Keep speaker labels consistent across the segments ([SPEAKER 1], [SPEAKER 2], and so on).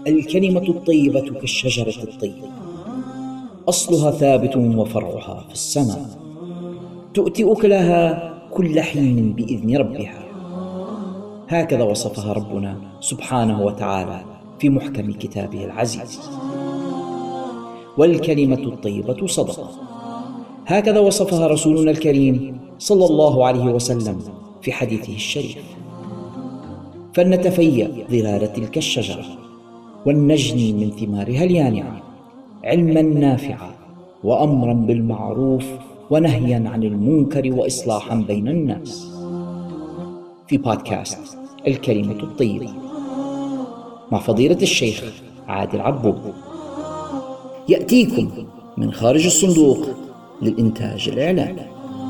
[SPEAKER 1] الكلمة الطيبة كالشجرة الطيبة، أصلها ثابت وفرعها في السماء، تؤتي أكلها كل حين بإذن ربها. هكذا وصفها ربنا سبحانه وتعالى في محكم كتابه العزيز. والكلمة الطيبة صدقة، هكذا وصفها رسولنا الكريم صلى الله عليه وسلم في حديثه الشريف. فلنتفيأ ظلال تلك الشجرة، ولنجني من ثمارها اليانعة علما نافعا، وأمرا بالمعروف، ونهيا عن المنكر، وإصلاحا بين الناس. في بودكاست الكلمة الطيبة مع فضيلة الشيخ عادل عبود، يأتيكم من خارج الصندوق للإنتاج الإعلامي.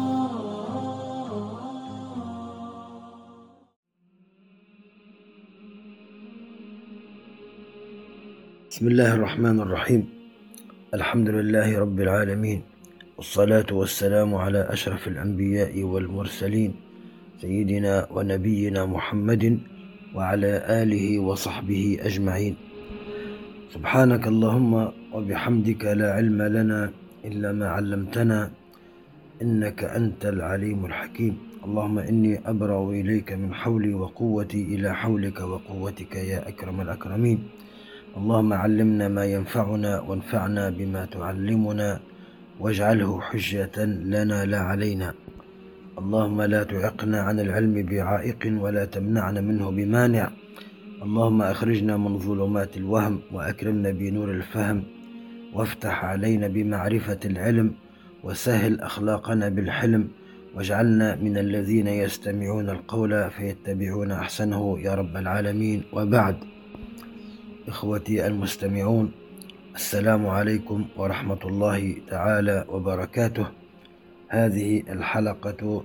[SPEAKER 2] بسم الله الرحمن الرحيم. الحمد لله رب العالمين، والصلاة والسلام على أشرف الأنبياء والمرسلين، سيدنا ونبينا محمد وعلى آله وصحبه أجمعين. سبحانك اللهم وبحمدك لا علم لنا إلا ما علمتنا، إنك أنت العليم الحكيم. اللهم إني أبرأ إليك من حولي وقوتي إلى حولك وقوتك يا أكرم الأكرمين. اللهم علمنا ما ينفعنا، وانفعنا بما تعلمنا، واجعله حجة لنا لا علينا. اللهم لا تعقنا عن العلم بعائق، ولا تمنعنا منه بمانع. اللهم أخرجنا من ظلمات الوهم، وأكرمنا بنور الفهم، وافتح علينا بمعرفة العلم، وسهل أخلاقنا بالحلم، واجعلنا من الذين يستمعون القول فيتبعون أحسنه يا رب العالمين. وبعد، إخوتي المستمعون، السلام عليكم ورحمة الله تعالى وبركاته. هذه الحلقة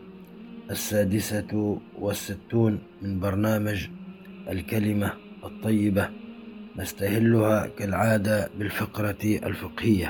[SPEAKER 2] 66 من برنامج الكلمة الطيبة، نستهلها كالعادة بالفقرة الفقهية.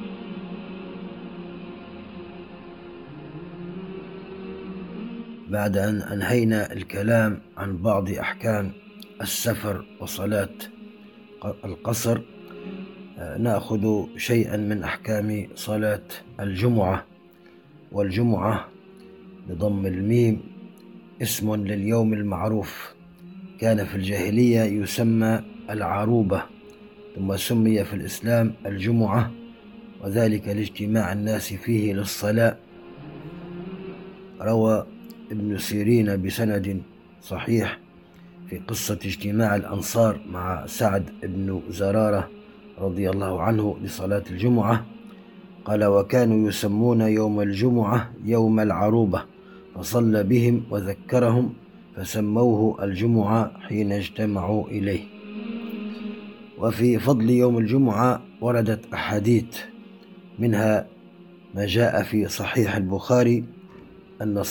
[SPEAKER 2] بعد أن أنهينا الكلام عن بعض أحكام السفر وصلاة القصر، نأخذ شيئا من أحكام صلاة الجمعة. والجمعة بضم الميم اسم لليوم المعروف، كان في الجاهلية يسمى العروبة، ثم سمي في الإسلام الجمعة، وذلك لاجتماع الناس فيه للصلاة. روى ابن سيرين بسند صحيح في قصة اجتماع الأنصار مع سعد بن زرارة رضي الله عنه لصلاة الجمعة، قال: وكانوا يسمون يوم الجمعة يوم العروبة، فصلى بهم وذكرهم فسموه الجمعة حين اجتمعوا إليه. وفي فضل يوم الجمعة وردت أحاديث، منها ما جاء في صحيح البخاري أنه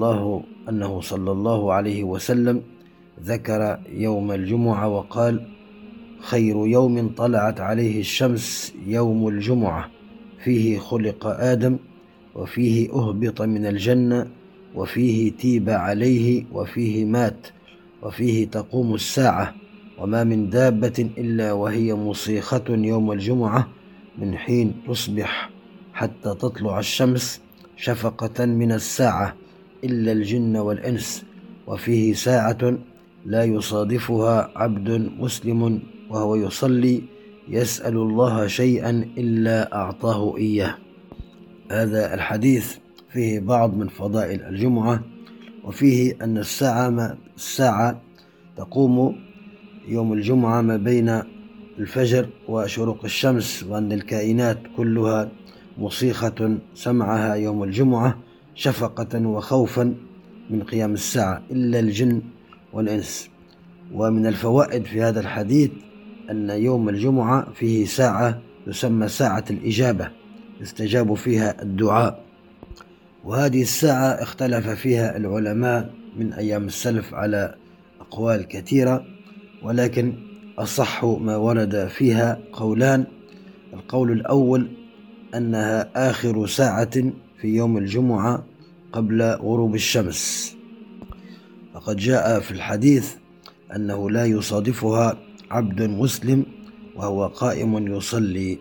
[SPEAKER 2] صلى الله عليه وسلم ذكر يوم الجمعة وقال: خير يوم طلعت عليه الشمس يوم الجمعة، فيه خلق آدم، وفيه أهبط من الجنة، وفيه تيب عليه، وفيه مات، وفيه تقوم الساعة، وما من دابة إلا وهي مصيخة يوم الجمعة من حين تصبح حتى تطلع الشمس شفقة من الساعة، إلا الجن والإنس، وفيه ساعة لا يصادفها عبد مسلم وهو يصلي يسأل الله شيئا إلا أعطاه إياه. هذا الحديث فيه بعض من فضائل الجمعة، وفيه أن الساعة تقوم يوم الجمعة ما بين الفجر وشروق الشمس، وأن الكائنات كلها مصيخة سمعها يوم الجمعة شفقة وخوفا من قيام الساعة، إلا الجن والإنس. ومن الفوائد في هذا الحديث أن يوم الجمعة فيه ساعة تسمى ساعة الإجابة، يستجاب فيها الدعاء. وهذه الساعة اختلف فيها العلماء من أيام السلف على أقوال كثيرة، ولكن أصح ما ورد فيها قولان. القول الأول أنها آخر ساعة في يوم الجمعة قبل غروب الشمس، فقد جاء في الحديث أنه لا يصادفها عبد مسلم وهو قائم يصلي.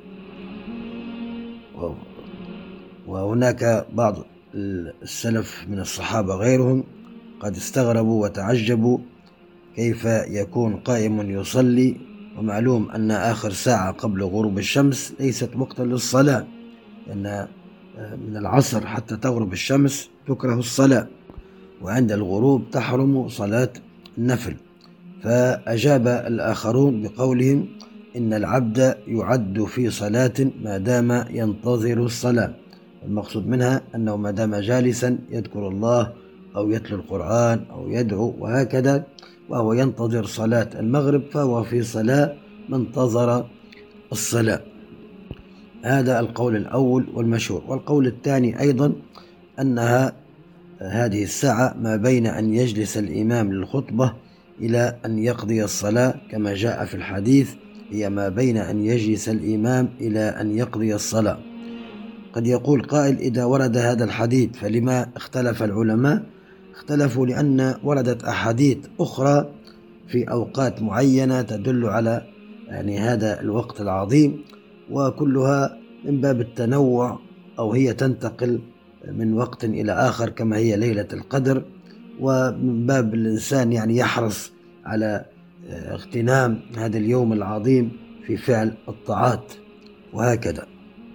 [SPEAKER 2] وهناك بعض السلف من الصحابة غيرهم قد استغربوا وتعجبوا كيف يكون قائم يصلي، ومعلوم أن آخر ساعة قبل غروب الشمس ليست وقتا للصلاة، لأن من العصر حتى تغرب الشمس تكره الصلاة، وعند الغروب تحرم صلاة النفل. فأجاب الآخرون بقولهم إن العبد يعد في صلاة ما دام ينتظر الصلاة. المقصود منها أنه ما دام جالسا يذكر الله أو يتلو القرآن أو يدعو وهكذا وهو ينتظر صلاة المغرب فهو في صلاة من انتظر الصلاة. هذا القول الأول والمشهور. والقول الثاني أيضا أنها هذه الساعة ما بين أن يجلس الإمام للخطبة إلى أن يقضي الصلاة، كما جاء في الحديث هي ما بين أن يجلس الإمام إلى أن يقضي الصلاة. قد يقول قائل إذا ورد هذا الحديث فلما اختلف العلماء؟ اختلفوا لأن وردت أحاديث أخرى في أوقات معينة تدل على هذا الوقت العظيم، وكلها من باب التنوع أو هي تنتقل من وقت إلى آخر كما هي ليلة القدر، ومن باب الإنسان يحرص على اغتنام هذا اليوم العظيم في فعل الطاعات وهكذا.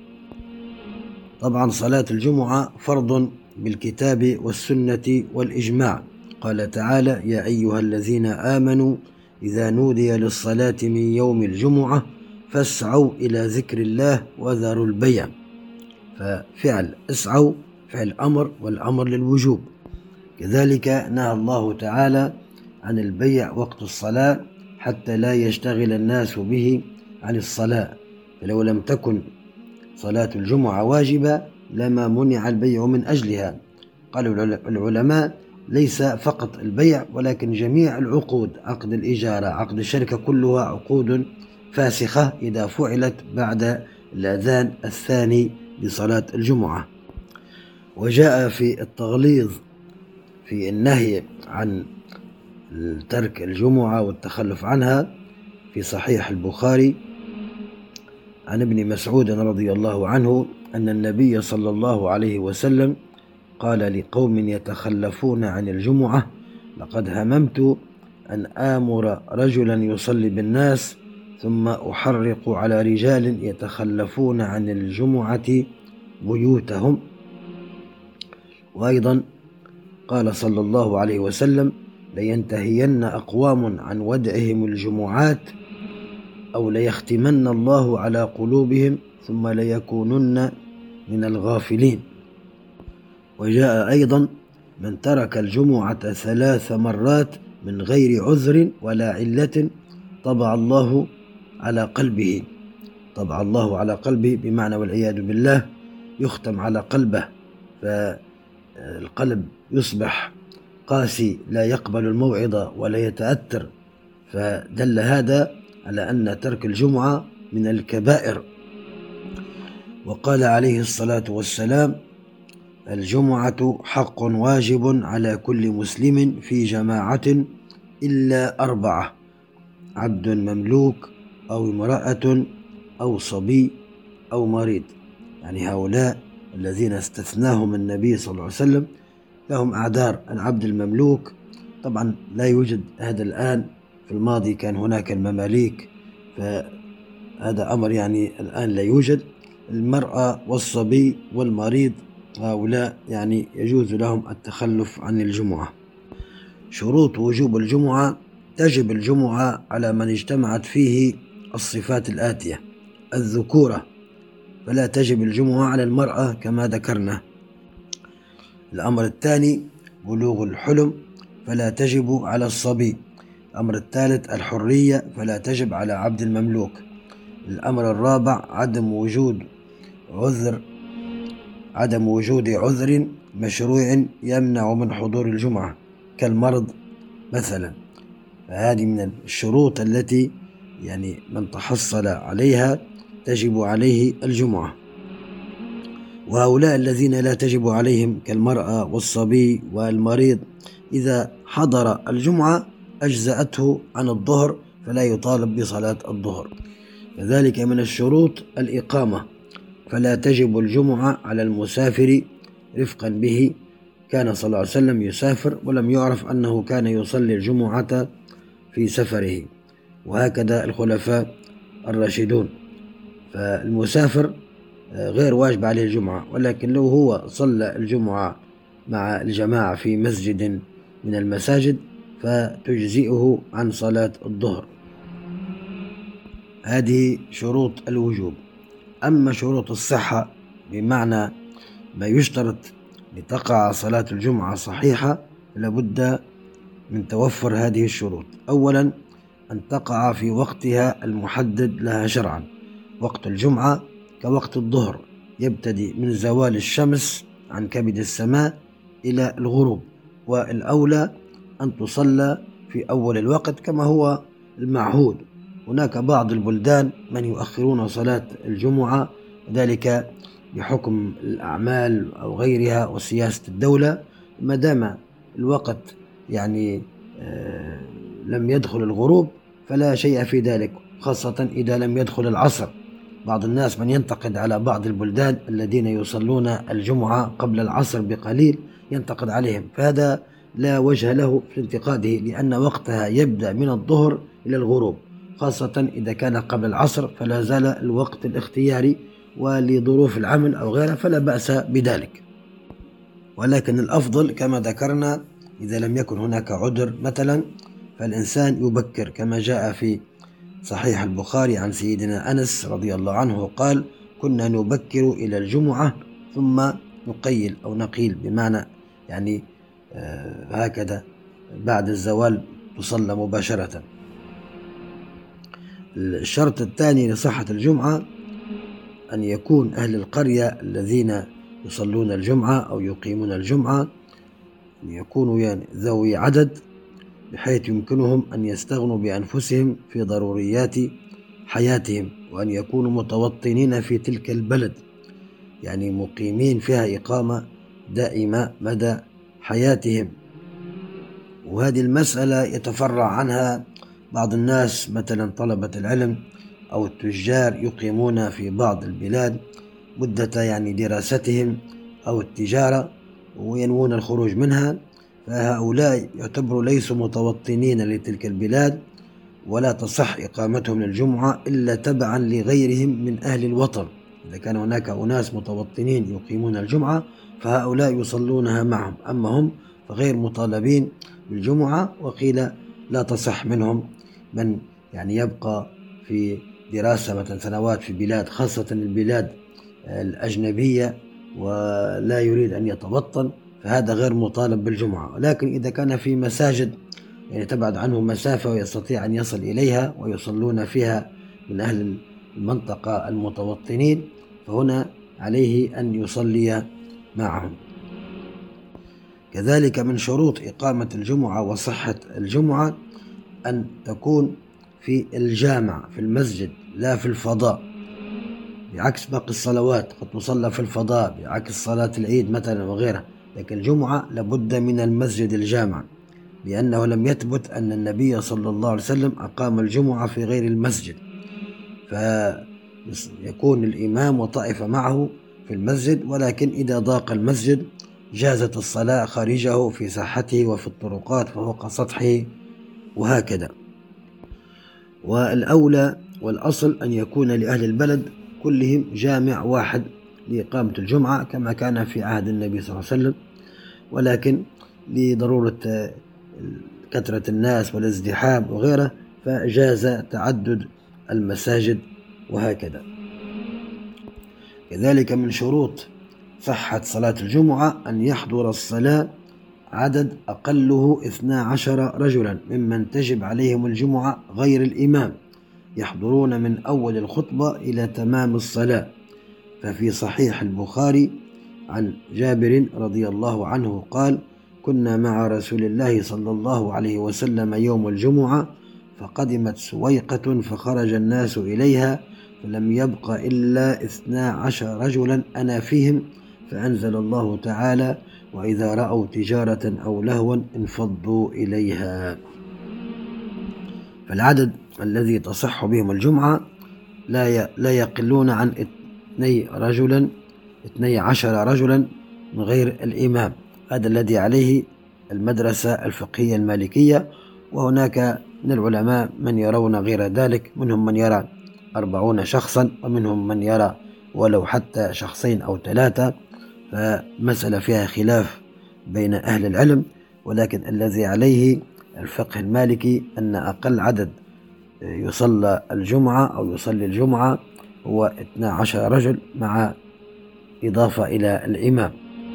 [SPEAKER 2] طبعا صلاة الجمعة فرض بالكتاب والسنة والإجماع. قال تعالى يا أيها الذين آمنوا إذا نودي للصلاة من يوم الجمعة فاسعوا إلى ذكر الله وذروا البيع. ففعل اسعوا فعل أمر، والأمر للوجوب. كذلك نهى الله تعالى عن البيع وقت الصلاة حتى لا يشتغل الناس به عن الصلاة، فلو لم تكن صلاة الجمعة واجبة لما منع البيع من أجلها. قالوا العلماء ليس فقط البيع ولكن جميع العقود، عقد الإجارة، عقد الشركة، كلها عقود فاسخة إذا فعلت بعد الأذان الثاني لصلاة الجمعة. وجاء في التغليظ في النهي عن ترك الجمعة والتخلف عنها في صحيح البخاري عن ابن مسعود رضي الله عنه أن النبي صلى الله عليه وسلم قال لقوم يتخلفون عن الجمعة لقد هممت أن آمر رجلا يصلي بالناس ثم أحرق على رجال يتخلفون عن الجمعة بيوتهم. وأيضا قال صلى الله عليه وسلم لينتهين أقوام عن ودعهم الجمعات أو ليختمن الله على قلوبهم ثم ليكونن من الغافلين. وجاء أيضا من ترك الجمعة 3 مرات من غير عذر ولا علة طبع الله على قلبه. طبع الله على قلبه بمعنى والعياذ بالله يختم على قلبه، فالقلب يصبح قاسي لا يقبل الموعظة ولا يتأثر، فدل هذا على أن ترك الجمعة من الكبائر. وقال عليه الصلاة والسلام الجمعة حق واجب على كل مسلم في جماعة إلا 4: عبد مملوك أو امرأة أو صبي أو مريض. هؤلاء الذين استثناهم النبي صلى الله عليه وسلم لهم أعذار. العبد المملوك طبعا لا يوجد هذا الآن، في الماضي كان هناك المماليك، فهذا أمر الآن لا يوجد. المرأة والصبي والمريض هؤلاء يجوز لهم التخلف عن الجمعة. شروط وجوب الجمعة: تجب الجمعة على من اجتمعت فيه الصفات الآتية: الذكورة، فلا تجب الجمعة على المرأة كما ذكرنا. الأمر الثاني بلوغ الحلم، فلا تجب على الصبي. الأمر الثالث الحرية، فلا تجب على عبد المملوك. الأمر الرابع عدم وجود عذر مشروع يمنع من حضور الجمعة كالمرض مثلا. فهذه من الشروط التي من تحصل عليها تجب عليه الجمعة. وهؤلاء الذين لا تجب عليهم كالمرأة والصبي والمريض إذا حضر الجمعة أجزأته عن الظهر فلا يطالب بصلاة الظهر. كذلك من الشروط الإقامة، فلا تجب الجمعة على المسافر رفقا به. كان صلى الله عليه وسلم يسافر ولم يعرف أنه كان يصلي الجمعة في سفره، وهكذا الخلفاء الراشدون. فالمسافر غير واجب عليه الجمعة، ولكن لو هو صلى الجمعة مع الجماعة في مسجد من المساجد فتجزئه عن صلاة الظهر. هذه شروط الوجوب. أما شروط الصحة، بمعنى ما يشترط لتقع صلاة الجمعة صحيحة، لابد من توفر هذه الشروط. أولا، أن تقع في وقتها المحدد لها شرعا. وقت الجمعة كوقت الظهر، يبتدي من زوال الشمس عن كبد السماء إلى الغروب، والأولى أن تصلى في أول الوقت كما هو المعهود. هناك بعض البلدان من يؤخرون صلاة الجمعة، ذلك بحكم الأعمال أو غيرها وسياسة الدولة، ما دام الوقت لم يدخل الغروب فلا شيء في ذلك، خاصة إذا لم يدخل العصر. بعض الناس من ينتقد على بعض البلدان الذين يصلون الجمعة قبل العصر بقليل، ينتقد عليهم، فهذا لا وجه له في انتقاده، لأن وقتها يبدأ من الظهر إلى الغروب، خاصة إذا كان قبل العصر فلا زال الوقت الاختياري، ولظروف العمل أو غيرها فلا بأس بذلك. ولكن الأفضل كما ذكرنا إذا لم يكن هناك عذر مثلا، فالإنسان يبكر، كما جاء في صحيح البخاري عن سيدنا أنس رضي الله عنه قال: كنا نبكر إلى الجمعة ثم نقيل أو نقيل، بمعنى هكذا بعد الزوال تصلى مباشرة. الشرط الثاني لصحة الجمعة أن يكون أهل القرية الذين يصلون الجمعة أو يقيمون الجمعة أن يكونوا ذوي عدد، بحيث يمكنهم أن يستغنوا بأنفسهم في ضروريات حياتهم، وأن يكونوا متوطنين في تلك البلد، مقيمين فيها إقامة دائمة مدى حياتهم. وهذه المسألة يتفرع عنها بعض الناس، مثلا طلبة العلم أو التجار يقيمون في بعض البلاد مدة دراستهم أو التجارة وينوون الخروج منها، فهؤلاء يعتبروا ليسوا متوطنين لتلك البلاد، ولا تصح إقامتهم للجمعة إلا تبعا لغيرهم من أهل الوطن. إذا كان هناك أناس متوطنين يقيمون الجمعة فهؤلاء يصلونها معهم، أما هم فغير مطالبين بالجمعة. وقيل لا تصح منهم من يبقى في دراسة مثلا سنوات في بلاد، خاصة البلاد الأجنبية، ولا يريد أن يتوطن، فهذا غير مطالب بالجمعة. لكن إذا كان في مساجد تبعد عنه مسافة ويستطيع أن يصل إليها ويصلون فيها من أهل المنطقة المتوطنين، فهنا عليه أن يصلي معهم. كذلك من شروط إقامة الجمعة وصحة الجمعة أن تكون في الجامع في المسجد لا في الفضاء، بعكس باقي الصلوات قد تصلى في الفضاء، بعكس صلاة العيد مثلا وغيرها، لكن الجمعة لابد من المسجد الجامع، لأنه لم يثبت أن النبي صلى الله عليه وسلم أقام الجمعة في غير المسجد، فيكون الإمام وطائفة معه في المسجد، ولكن إذا ضاق المسجد جازت الصلاة خارجه في ساحته وفي الطرقات فوق سطحه وهكذا. والأولى والأصل أن يكون لأهل البلد كلهم جامع واحد لإقامة الجمعة كما كان في عهد النبي صلى الله عليه وسلم، ولكن لضرورة كثرة الناس والازدحام وغيره فجاز تعدد المساجد وهكذا. كذلك من شروط صحة صلاة الجمعة أن يحضر الصلاة عدد أقله 12 رجلا ممن تجب عليهم الجمعة غير الإمام، يحضرون من أول الخطبة إلى تمام الصلاة. ففي صحيح البخاري عن جابر رضي الله عنه قال: كنا مع رسول الله صلى الله عليه وسلم يوم الجمعة، فقدمت سويقة فخرج الناس إليها، فلم يبق إلا 12 رجلا أنا فيهم، فأنزل الله تعالى: وإذا رأوا تجارة أو لهوا انفضوا إليها. فالعدد الذي تصح بهم الجمعة لا يقلون عن 12 رجلا من غير الإمام. هذا الذي عليه المدرسة الفقهية المالكية، وهناك من العلماء من يرون غير ذلك، منهم من يرى 40 شخصا، ومنهم من يرى ولو حتى 2 أو 3، فمسألة فيها خلاف بين أهل العلم. ولكن الذي عليه الفقه المالكي أن أقل عدد يصلي الجمعة هو 12 رجل مع إضافة إلى الإمام.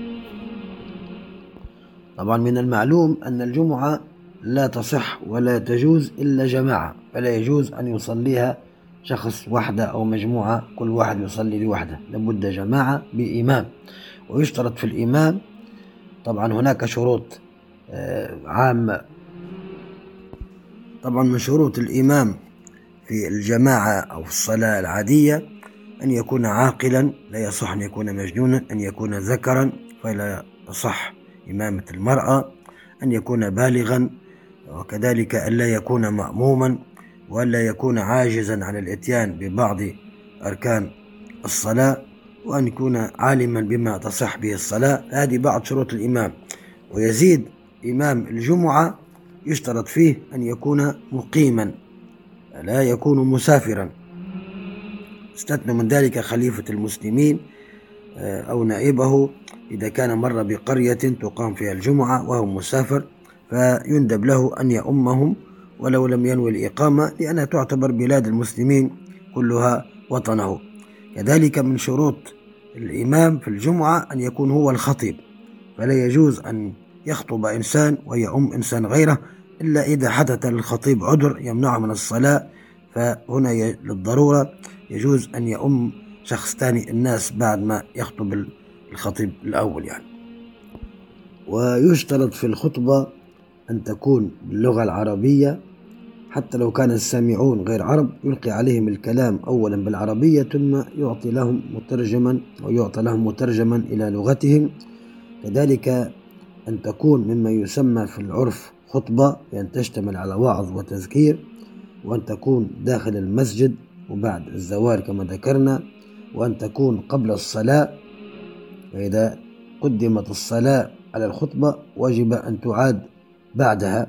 [SPEAKER 2] طبعا من المعلوم أن الجمعة لا تصح ولا تجوز إلا جماعة، فلا يجوز أن يصليها شخص وحده أو مجموعة كل واحد يصلي لوحده، لابد جماعة بإمام. ويشترط في الإمام، طبعا هناك شروط عامة. طبعا من شروط الإمام في الجماعة أو في الصلاة العادية أن يكون عاقلا، لا يصح أن يكون مجنونا، أن يكون ذكرا فلا تصح إمامة المرأة، أن يكون بالغا، وكذلك ألا يكون مأموما، وألا يكون عاجزا عن الإتيان ببعض أركان الصلاة، وأن يكون عالما بما تصح به الصلاة. هذه بعض شروط الإمام. ويزيد إمام الجمعة يشترط فيه أن يكون مقيما، لا يكون مسافرا. استثنى من ذلك خليفة المسلمين أو نائبه إذا كان مر بقرية تقام فيها الجمعة وهو مسافر، فيندب له أن يؤمهم ولو لم ينوي الإقامة، لأنها تعتبر بلاد المسلمين كلها وطنه. كذلك من شروط الإمام في الجمعة أن يكون هو الخطيب، فلا يجوز أن يخطب إنسان ويؤم إنسان غيره إلا إذا حدث للخطيب عذر يمنعه من الصلاة، فهنا للضرورة يجوز أن يؤم شخص ثاني الناس بعد ما يخطب الخطيب الأول يعني. ويشترط في الخطبة أن تكون باللغة العربية، حتى لو كان السامعون غير عرب يلقي عليهم الكلام أولا بالعربية ثم يعطي لهم مترجما إلى لغتهم. كذلك أن تكون مما يسمى في العرف خطبة، لأن تشتمل على وعظ وتذكير، وأن تكون داخل المسجد وبعد الزوال كما ذكرنا، وأن تكون قبل الصلاة، وإذا قدمت الصلاة على الخطبة وجب أن تعاد بعدها.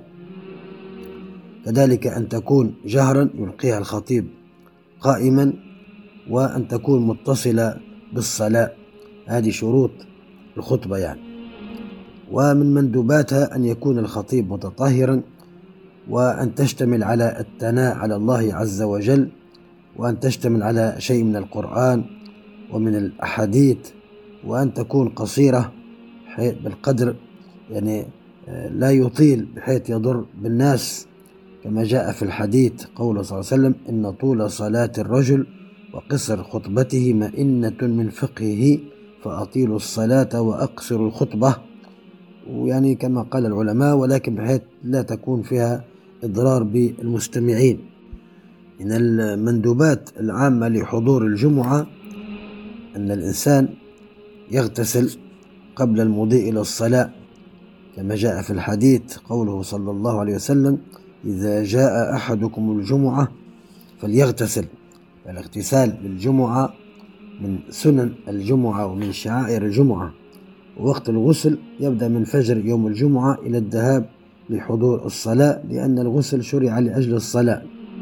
[SPEAKER 2] كذلك أن تكون جهرا يلقيها الخطيب قائما، وأن تكون متصلة بالصلاة. هذه شروط الخطبة يعني. ومن مندوباتها أن يكون الخطيب متطهرا، وأن تشتمل على الثناء على الله عز وجل، وأن تشتمل على شيء من القرآن ومن الأحاديث، وأن تكون قصيرة بالقدر، يعني لا يطيل بحيث يضر بالناس، كما جاء في الحديث قوله صلى الله عليه وسلم: إن طول صلاة الرجل وقصر خطبته مئنة من فقهه فأطيلوا الصلاة وأقصروا الخطبة. ويعني كما قال العلماء، ولكن بحيث لا تكون فيها إضرار بالمستمعين. من المندوبات العامة لحضور الجمعة أن الإنسان يغتسل قبل المضي إلى الصلاة، كما جاء في الحديث قوله صلى الله عليه وسلم: إذا جاء أحدكم الجمعة فليغتسل. فالاغتسال للجمعة من سنن الجمعة ومن شعائر الجمعة. ووقت الغسل يبدأ من فجر يوم الجمعة إلى الذهاب لحضور الصلاة، لأن الغسل شرع لأجل الصلاة.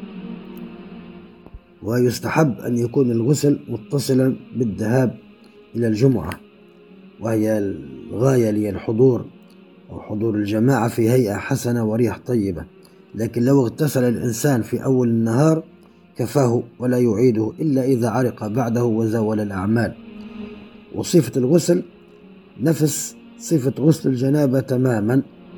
[SPEAKER 2] ويستحب أن يكون الغسل متصلا بالذهاب إلى الجمعة، وهي الغاية للحضور أو حضور الجماعة في هيئة حسنة وريح طيبة. لكن لو اغتسل الإنسان في أول النهار كفاه ولا يعيده إلا إذا عرق بعده وزاول الأعمال. وصفة الغسل نفس صفة غسل الجنابة تماما.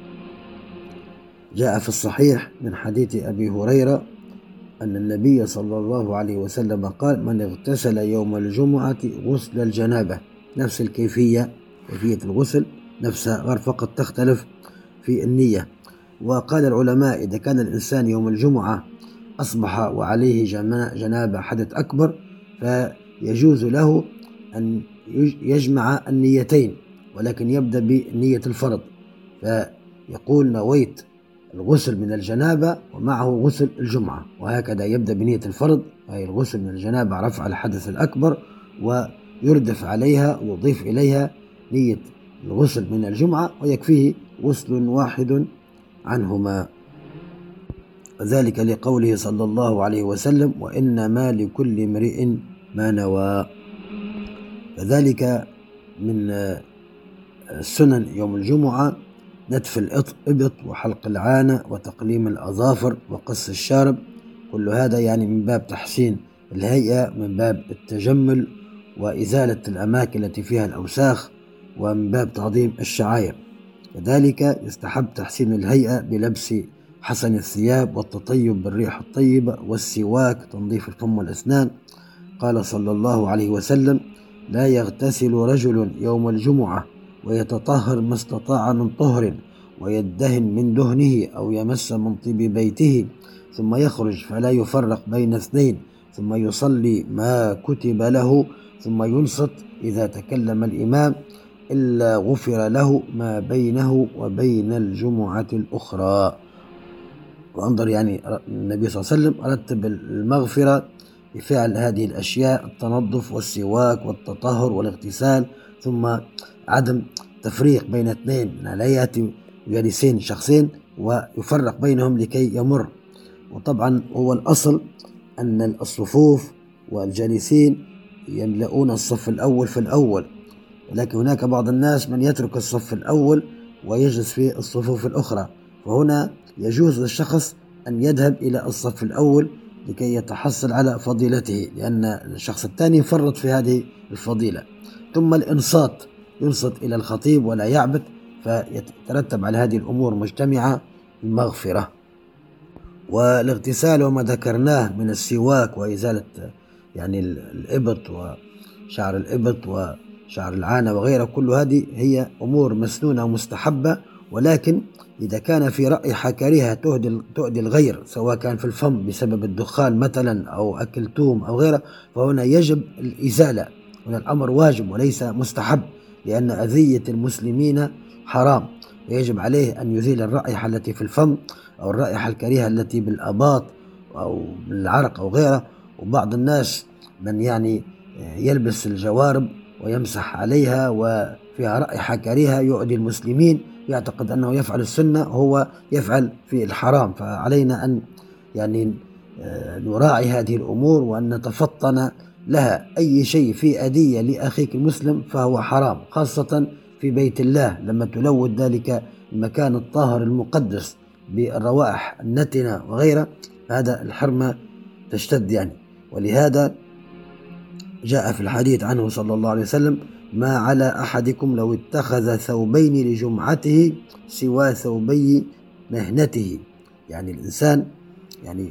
[SPEAKER 2] جاء في الصحيح من حديث أبي هريرة أن النبي صلى الله عليه وسلم قال: من اغتسل يوم الجمعة غسل الجنابة. نفس الكيفية، كيفية الغسل نفسها، غير فقط تختلف في النية. وقال العلماء: إذا كان الإنسان يوم الجمعة أصبح وعليه جنابة حدث أكبر، فيجوز له أن يجمع النيتين، ولكن يبدأ بنية الفرض، فيقول: نويت الغسل من الجنابة ومعه غسل الجمعة، وهكذا يبدأ بنية الفرض، أي الغسل من الجنابة رفع الحدث الأكبر، ويردف عليها ويضيف إليها نية الغسل من الجمعة، ويكفيه غسل واحد عنهما، وذلك لقوله صلى الله عليه وسلم: وإنما لكل امرئ ما نوى. كذلك من السنن يوم الجمعة نتف الإبط وحلق العانة وتقليم الأظافر وقص الشارب، كل هذا يعني من باب تحسين الهيئة، من باب التجمل وإزالة الأماكن التي فيها الأوساخ، ومن باب تعظيم الشعائر. كذلك يستحب تحسين الهيئة بلبس حسن الثياب والتطيب بالريح الطيبة والسواك تنظيف الفم والأسنان. قال صلى الله عليه وسلم: لا يغتسل رجل يوم الجمعة ويتطهر ما استطاع من طهر ويدهن من دهنه أو يمس من طيب بيته ثم يخرج فلا يفرق بين اثنين ثم يصلي ما كتب له ثم ينصت إذا تكلم الإمام إلا غفر له ما بينه وبين الجمعة الأخرى. وانظر يعني النبي صلى الله عليه وسلم رتب المغفرة بفعل هذه الأشياء: التنظف والسواك والتطهر والاغتسال، ثم عدم تفريق بين اثنين، لا يأتي جالسين شخصين ويفرق بينهم لكي يمر. وطبعا هو الأصل أن الصفوف والجالسين يملؤون الصف الأول في الأول، ولكن هناك بعض الناس من يترك الصف الأول ويجلس في الصفوف الأخرى، فهنا يجوز للشخص أن يذهب إلى الصف الأول لكي يتحصل على فضيلته، لأن الشخص الثاني فرط في هذه الفضيلة. ثم الإنصات، ينصت إلى الخطيب ولا يعبث، فيترتب على هذه الأمور مجتمعة المغفرة. والاغتسال وما ذكرناه من السواك وإزالة يعني الإبط وشعر الإبط وشعر العانة وغيرها، كل هذه هي أمور مسنونة ومستحبة، ولكن إذا كان في رائحة كريهة تؤذي الغير، سواء كان في الفم بسبب الدخان مثلا أو أكل توم أو غيره، فهنا يجب الإزالة، هنا الأمر واجب وليس مستحب، لأن أذية المسلمين حرام، ويجب عليه أن يزيل الرائحة التي في الفم أو الرائحة الكريهة التي بالأباط أو بالعرق أو غيره. وبعض الناس من يعني يلبس الجوارب ويمسح عليها وفيها رائحة كريهة يؤذي المسلمين، يعتقد أنه يفعل السنة وهو يفعل في الحرام. فعلينا أن يعني نراعي هذه الأمور وأن نتفطن لها. أي شيء في أذية لأخيك المسلم فهو حرام، خاصة في بيت الله لما تلوث ذلك المكان الطاهر المقدس بالروائح النتنة وغيرها، هذا الحرمة تشتد يعني. ولهذا جاء في الحديث عنه صلى الله عليه وسلم: ما على أحدكم لو اتخذ ثوبين لجمعته سوى ثوبي مهنته. يعني الإنسان يعني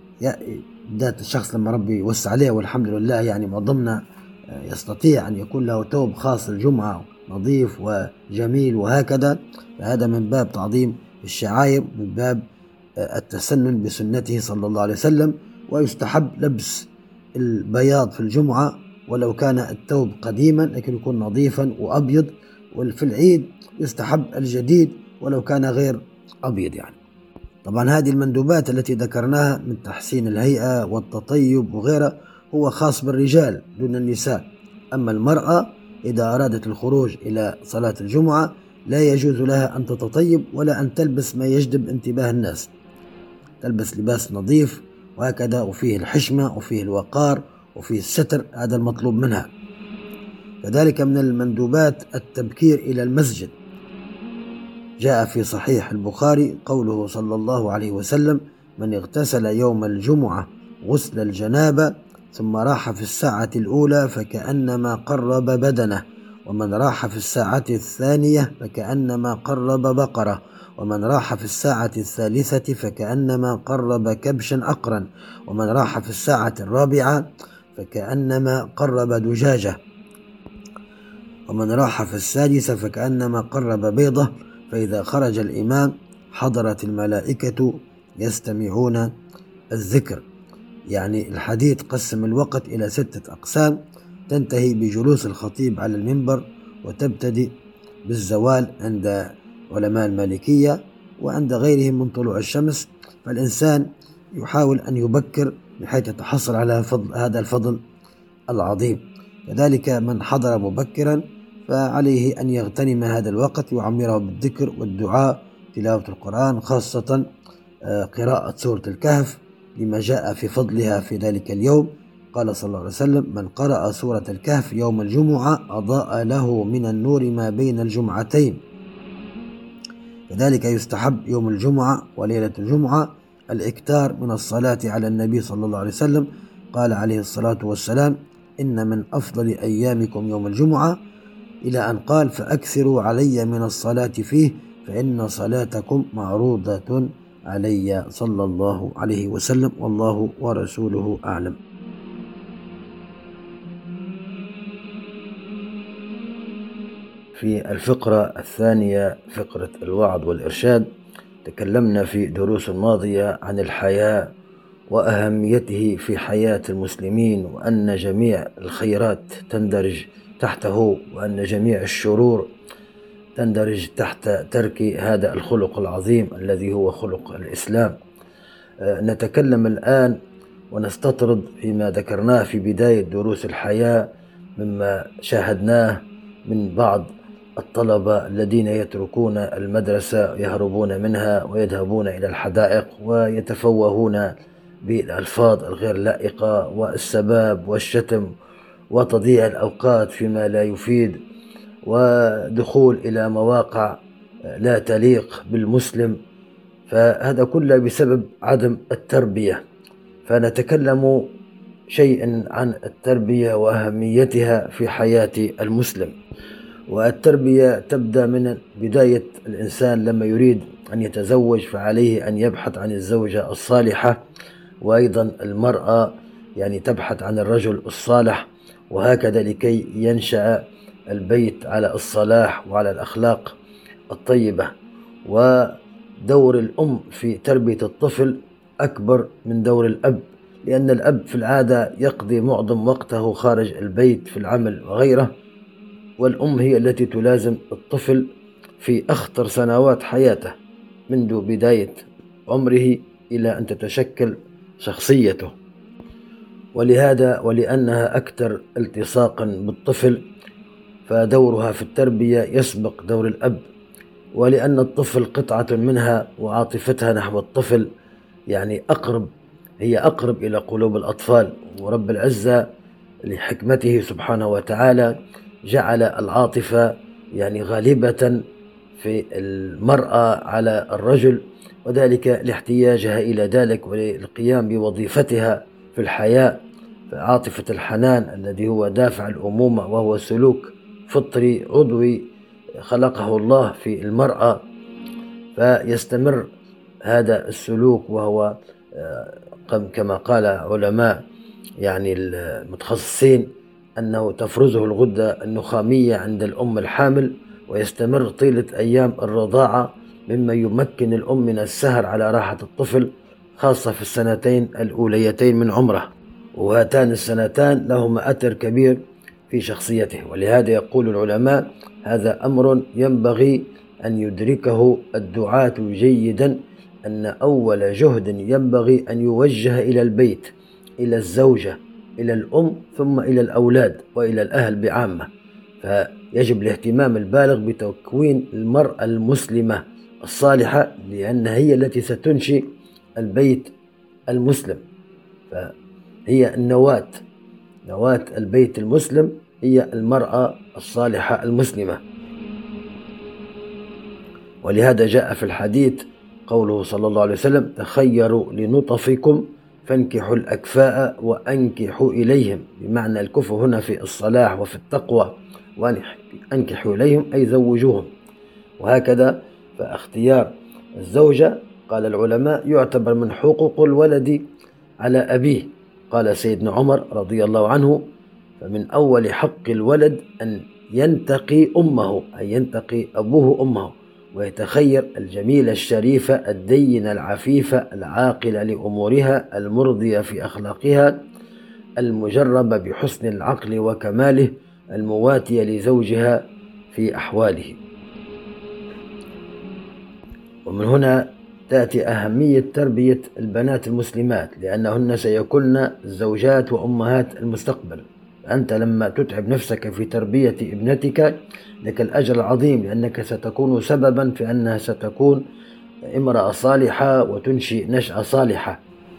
[SPEAKER 2] ذات الشخص لما ربي يوسع عليه، والحمد لله يعني معظمنا يستطيع أن يكون له ثوب خاص الجمعة نظيف وجميل وهكذا، فهذا من باب تعظيم الشعائر، من باب التسنن بسنته صلى الله عليه وسلم. ويستحب لبس البياض في الجمعة ولو كان الثوب قديما لكن يكون نظيفا وأبيض، وفي العيد يستحب الجديد ولو كان غير أبيض يعني. طبعا هذه المندوبات التي ذكرناها من تحسين الهيئة والتطيب وغيرها هو خاص بالرجال دون النساء. أما المرأة إذا أرادت الخروج إلى صلاة الجمعة لا يجوز لها أن تتطيب ولا أن تلبس ما يجذب انتباه الناس، تلبس لباس نظيف وهكذا، وفيه الحشمة وفيه الوقار وفيه الستر، هذا المطلوب منها. كذلك من المندوبات التبكير إلى المسجد. جاء في صحيح البخاري قوله صلى الله عليه وسلم: من اغتسل يوم الجمعة غسل الجنابة ثم راح في الساعة الأولى فكأنما قرب بدنه، ومن راح في الساعة الثانية فكأنما قرب بقرة، ومن راح في الساعة الثالثة فكأنما قرب كبشا أقرا، ومن راح في الساعة الرابعة فكأنما قرب دجاجة، ومن راح في السادسة فكأنما قرب بيضة، فإذا خرج الإمام حضرت الملائكة يستمعون الذكر. يعني الحديث قسم الوقت إلى 6 أقسام، تنتهي بجلوس الخطيب على المنبر، وتبتدئ بالزوال عند علماء المالكية، وعند غيرهم من طلوع الشمس. فالإنسان يحاول أن يبكر بحيث يتحصل على هذا الفضل العظيم. كذلك من حضر مبكرا فعليه أن يغتنم هذا الوقت ويعمره بالذكر والدعاء، تلاوة القرآن، خاصة قراءة سورة الكهف لما جاء في فضلها في ذلك اليوم. قال صلى الله عليه وسلم: من قرأ سورة الكهف يوم الجمعة أضاء له من النور ما بين الجمعتين. كذلك يستحب يوم الجمعة وليلة الجمعة الإكثار من الصلاة على النبي صلى الله عليه وسلم. قال عليه الصلاة والسلام: إن من أفضل أيامكم يوم الجمعة، إلى أن قال: فأكثروا علي من الصلاة فيه فإن صلاتكم معروضة علي، صلى الله عليه وسلم، والله ورسوله أعلم. في الفقرة الثانية، فقرة الوعظ والإرشاد، تكلمنا في دروس ماضية عن الحياء وأهميته في حياة المسلمين، وأن جميع الخيرات تندرج تحته، وأن جميع الشرور تندرج تحت ترك هذا الخلق العظيم الذي هو خلق الإسلام. نتكلم الآن ونستطرد فيما ذكرناه في بداية دروس الحياة مما شاهدناه من بعض الطلبة الذين يتركون المدرسة، يهربون منها ويذهبون إلى الحدائق ويتفوهون بالألفاظ الغير لائقة والسباب والشتم وتضييع الأوقات فيما لا يفيد، ودخول إلى مواقع لا تليق بالمسلم. فهذا كله بسبب عدم التربية. فنتكلم شيئا عن التربية وأهميتها في حياة المسلم. والتربية تبدأ من بداية الإنسان لما يريد أن يتزوج، فعليه أن يبحث عن الزوجة الصالحة، وأيضا المرأة يعني تبحث عن الرجل الصالح، وهكذا لكي ينشأ البيت على الصلاح وعلى الأخلاق الطيبة. ودور الأم في تربية الطفل أكبر من دور الأب، لأن الأب في العادة يقضي معظم وقته خارج البيت في العمل وغيره، والأم هي التي تلازم الطفل في أخطر سنوات حياته منذ بداية عمره إلى أن تتشكل شخصيته. ولهذا ولأنها أكثر التصاقا بالطفل فدورها في التربية يسبق دور الأب، ولأن الطفل قطعة منها وعاطفتها نحو الطفل يعني هي أقرب إلى قلوب الأطفال. ورب العزة لحكمته سبحانه وتعالى جعل العاطفة يعني غالبة في المرأة على الرجل، وذلك لاحتياجها إلى ذلك وللقيام بوظيفتها في الحياة. فعاطفة الحنان الذي هو دافع الأمومة، وهو سلوك فطري عضوي خلقه الله في المرأة، فيستمر هذا السلوك، وهو كما قال علماء يعني المتخصصين أنه تفرزه الغدة النخامية عند الأم الحامل، ويستمر طيلة أيام الرضاعة، مما يمكن الأم من السهر على راحة الطفل، خاصة في السنتين الأوليتين من عمره، وهاتان السنتان لهما أثر كبير في شخصيته. ولهذا يقول العلماء: هذا أمر ينبغي أن يدركه الدعاة جيدا، أن أول جهد ينبغي أن يوجه إلى البيت، إلى الزوجة، إلى الأم، ثم إلى الأولاد وإلى الأهل بعامة. فيجب الاهتمام البالغ بتكوين المرأة المسلمة الصالحة، لأنها هي التي ستنشئ البيت المسلم. فهي نواة البيت المسلم هي المرأة الصالحة المسلمة. ولهذا جاء في الحديث قوله صلى الله عليه وسلم: تخيروا لنطفكم فانكحوا الأكفاء وأنكحوا إليهم، بمعنى الكفء هنا في الصلاح وفي التقوى، وأنكحوا إليهم أي زوجوهم. وهكذا فاختيار الزوجة قال العلماء يعتبر من حقوق الولد على أبيه. قال سيدنا عمر رضي الله عنه: فمن أول حق الولد أن ينتقي أمه، أي ينتقي أبوه أمه، ويتخير الجميلة الشريفة الدينة العفيفة العاقلة لأمورها المرضية في أخلاقها المجربة بحسن العقل وكماله المواتية لزوجها في أحواله. ومن هنا تأتي أهمية تربية البنات المسلمات، لأنهن سيكون الزوجات وأمهات المستقبل. أنت لما تتعب نفسك في تربية ابنتك لك الأجر العظيم، لأنك ستكون سببا في أنها ستكون امرأة صالحة وتنشئ نشأة صالحة.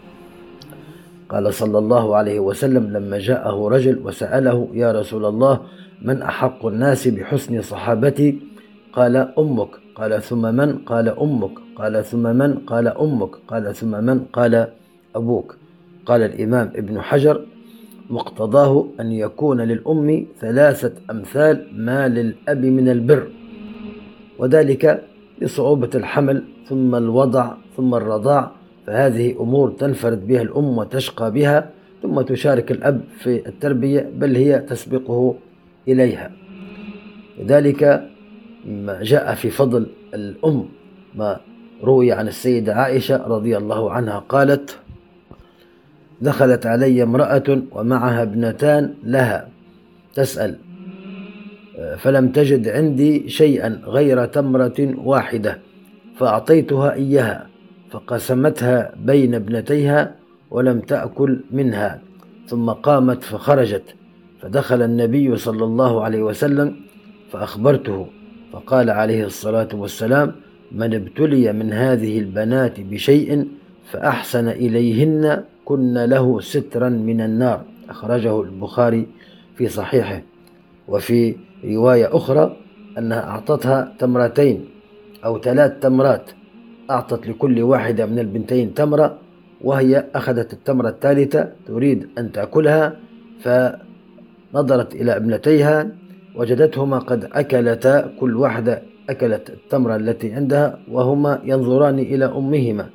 [SPEAKER 2] قال صلى الله عليه وسلم لما جاءه رجل وسأله: يا رسول الله، من أحق الناس بحسن صحابتي؟ قال: أمك. قال: ثم من؟ قال: أمك. قال: ثم من؟ قال: أمك. قال: ثم من؟ قال: أبوك. قال الإمام ابن حجر: مقتضاه أن يكون للأم 3 أمثال ما للأب من البر، وذلك لصعوبة الحمل ثم الوضع ثم الرضاع، فهذه أمور تنفرد بها الأم وتشقى بها، ثم تشارك الأب في التربية، بل هي تسبقه إليها. لذلك ما جاء في فضل الأم ما روي عن السيدة عائشة رضي الله عنها قالت: دخلت علي امرأة ومعها ابنتان لها تسأل، فلم تجد عندي شيئا غير تمرة واحدة، فأعطيتها إياها فقسمتها بين ابنتيها ولم تأكل منها، ثم قامت فخرجت، فدخل النبي صلى الله عليه وسلم فأخبرته، فقال عليه الصلاة والسلام: من ابتلي من هذه البنات بشيء فأحسن إليهن كن له سترا من النار. أخرجه البخاري في صحيحه. وفي رواية أخرى أنها أعطتها 2 أو 3 تمرات، أعطت لكل واحدة من البنتين تمرة، وهي أخذت التمرة الثالثة تريد أن تأكلها، فنظرت إلى ابنتيها وجدتهما قد أكلتا، كل واحدة أكلت التمرة التي عندها وهما ينظران إلى أمهما،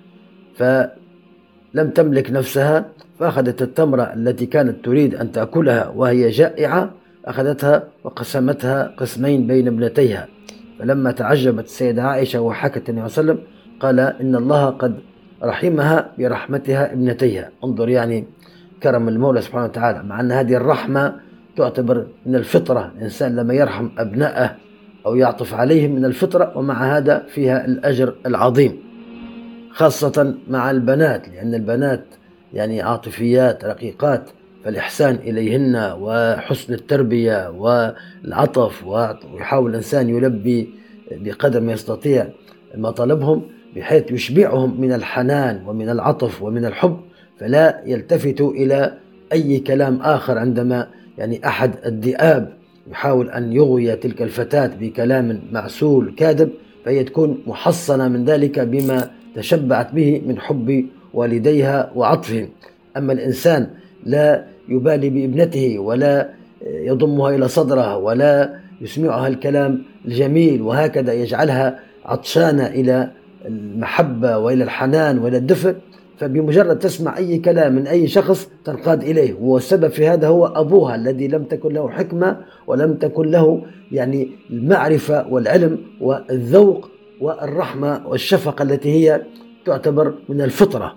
[SPEAKER 2] فلم تملك نفسها، فأخذت التمرة التي كانت تريد أن تأكلها وهي جائعة، أخذتها وقسمتها قسمين بين ابنتيها. فلما تعجبت السيدة عائشة وحكت النبي صلى الله عليه وسلم قال: إن الله قد رحمها برحمتها ابنتيها. انظر يعني كرم المولى سبحانه وتعالى، مع أن هذه الرحمة تعتبر من الفطرة، الإنسان لما يرحم أبنائه أو يعطف عليهم من الفطرة، ومع هذا فيها الأجر العظيم، خاصة مع البنات، لأن البنات يعني عاطفيات رقيقات، فالإحسان إليهن وحسن التربية والعطف، ويحاول الإنسان يلبي بقدر ما يستطيع مطالبهم بحيث يشبعهم من الحنان ومن العطف ومن الحب، فلا يلتفتوا إلى أي كلام آخر. عندما يعني أحد الذئاب يحاول أن يغوي تلك الفتاة بكلام معسول كاذب، فهي تكون محصنة من ذلك بما تشبعت به من حب والديها وعطفهم. أما الإنسان لا يبالي بابنته ولا يضمها إلى صدره ولا يسمعها الكلام الجميل، وهكذا يجعلها عطشانة إلى المحبة وإلى الحنان وإلى الدفء، فبمجرد تسمع أي كلام من أي شخص تنقاد إليه، والسبب في هذا هو أبوها الذي لم تكن له حكمة ولم تكن له يعني المعرفة والعلم والذوق والرحمة والشفقة التي هي تعتبر من الفطرة.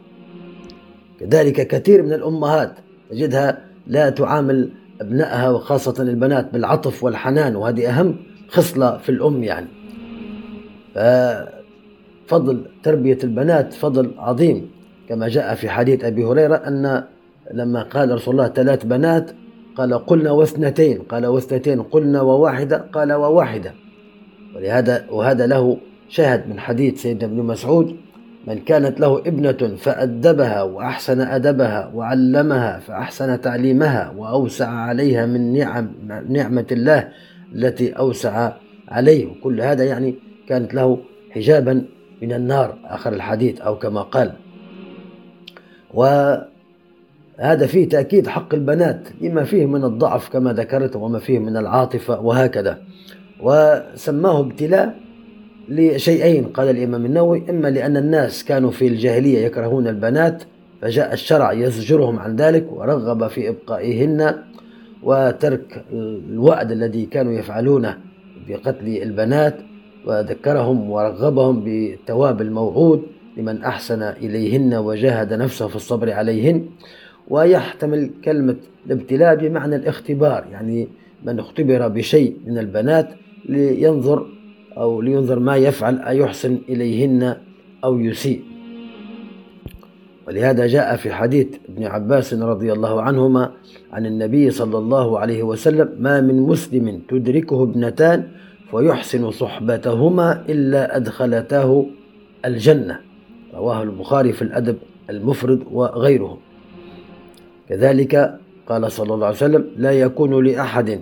[SPEAKER 2] كذلك كثير من الأمهات تجدها لا تعامل أبنائها وخاصة البنات بالعطف والحنان، وهذه أهم خصلة في الأم يعني. ففضل تربية البنات فضل عظيم، كما جاء في حديث أبي هريرة أن لما قال رسول الله 3 بنات قال: قلنا واثنتين، قال واثنتين، قلنا وواحدة، قال وواحدة. وهذا له شاهد من حديث سيدنا ابن مسعود: من كانت له ابنة فأدبها وأحسن أدبها وعلمها فأحسن تعليمها وأوسع عليها من نعمة الله التي أوسع عليه، وكل هذا يعني كانت له حجابا من النار، آخر الحديث أو كما قال. وهذا فيه تأكيد حق البنات لما فيه من الضعف كما ذكرت وما فيه من العاطفة وهكذا. وسماه ابتلاء لشيئين، قال الإمام النووي: إما لأن الناس كانوا في الجاهلية يكرهون البنات فجاء الشرع يزجرهم عن ذلك ورغب في إبقائهن وترك الوعد الذي كانوا يفعلونه بقتل البنات، وذكرهم ورغبهم بالثواب الموعود لمن أحسن إليهن وجاهد نفسه في الصبر عليهن. ويحتمل كلمة الابتلاء بمعنى الاختبار، يعني من اختبر بشيء من البنات لينظر ما يفعل أيحسن إليهن أو يسيء. ولهذا جاء في حديث ابن عباس رضي الله عنهما عن النبي صلى الله عليه وسلم: ما من مسلم تدركه ابنتان فيحسن صحبتهما إلا أدخلتاه الجنة. رواه البخاري في الأدب المفرد وغيره. كذلك قال صلى الله عليه وسلم: لا يكون لأحد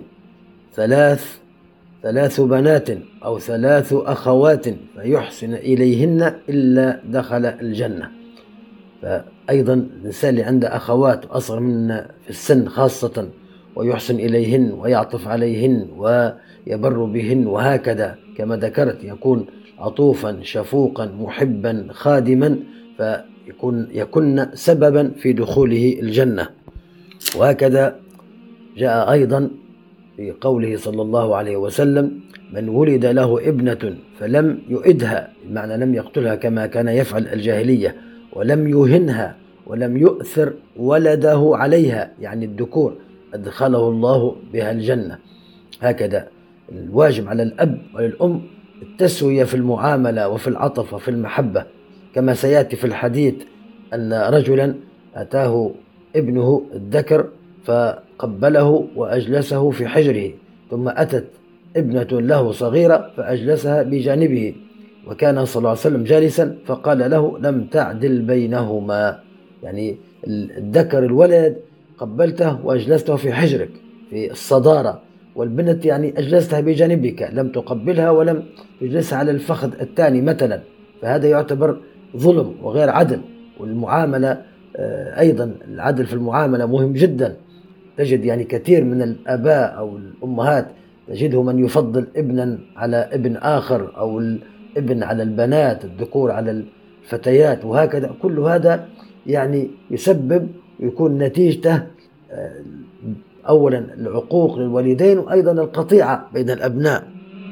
[SPEAKER 2] ثلاث بنات أو 3 أخوات فيحسن إليهن إلا دخل الجنة. فأيضا الإنسان اللي عنده أخوات أصغر من في السن خاصة ويحسن إليهن ويعطف عليهن ويبر بهن، وهكذا كما ذكرت يكون عطوفا شفوقا محبا خادما، يكون سببا في دخوله الجنة. وهكذا جاء أيضا في قوله صلى الله عليه وسلم: من ولد له ابنة فلم يؤدها، بمعنى لم يقتلها كما كان يفعل الجاهلية، ولم يهنها ولم يؤثر ولده عليها، يعني الذكور، أدخله الله بها الجنة. هكذا الواجب على الأب والأم التسوية في المعاملة وفي العطف وفي المحبة، كما سيأتي في الحديث أن رجلا أتاه ابنه الذكر فقبله وأجلسه في حجره، ثم أتت ابنة له صغيرة فأجلسها بجانبه، وكان صلى الله عليه وسلم جالسا فقال له: لم تعدل بينهما، يعني الذكر الولد قبلته وأجلسته في حجرك في الصدارة، والبنت يعني أجلستها بجانبك، لم تقبلها ولم تجلسها على الفخذ الثاني مثلا، فهذا يعتبر ظلم وغير عدل. والمعاملة أيضا العدل في المعاملة مهم جدا. تجد يعني كثير من الآباء أو الأمهات تجده من يفضل ابنا على ابن آخر، أو الابن على البنات، الذكور على الفتيات، وهكذا. كل هذا يعني يسبب ويكون نتيجته أولا العقوق للوالدين، وأيضا القطيعة بين الأبناء.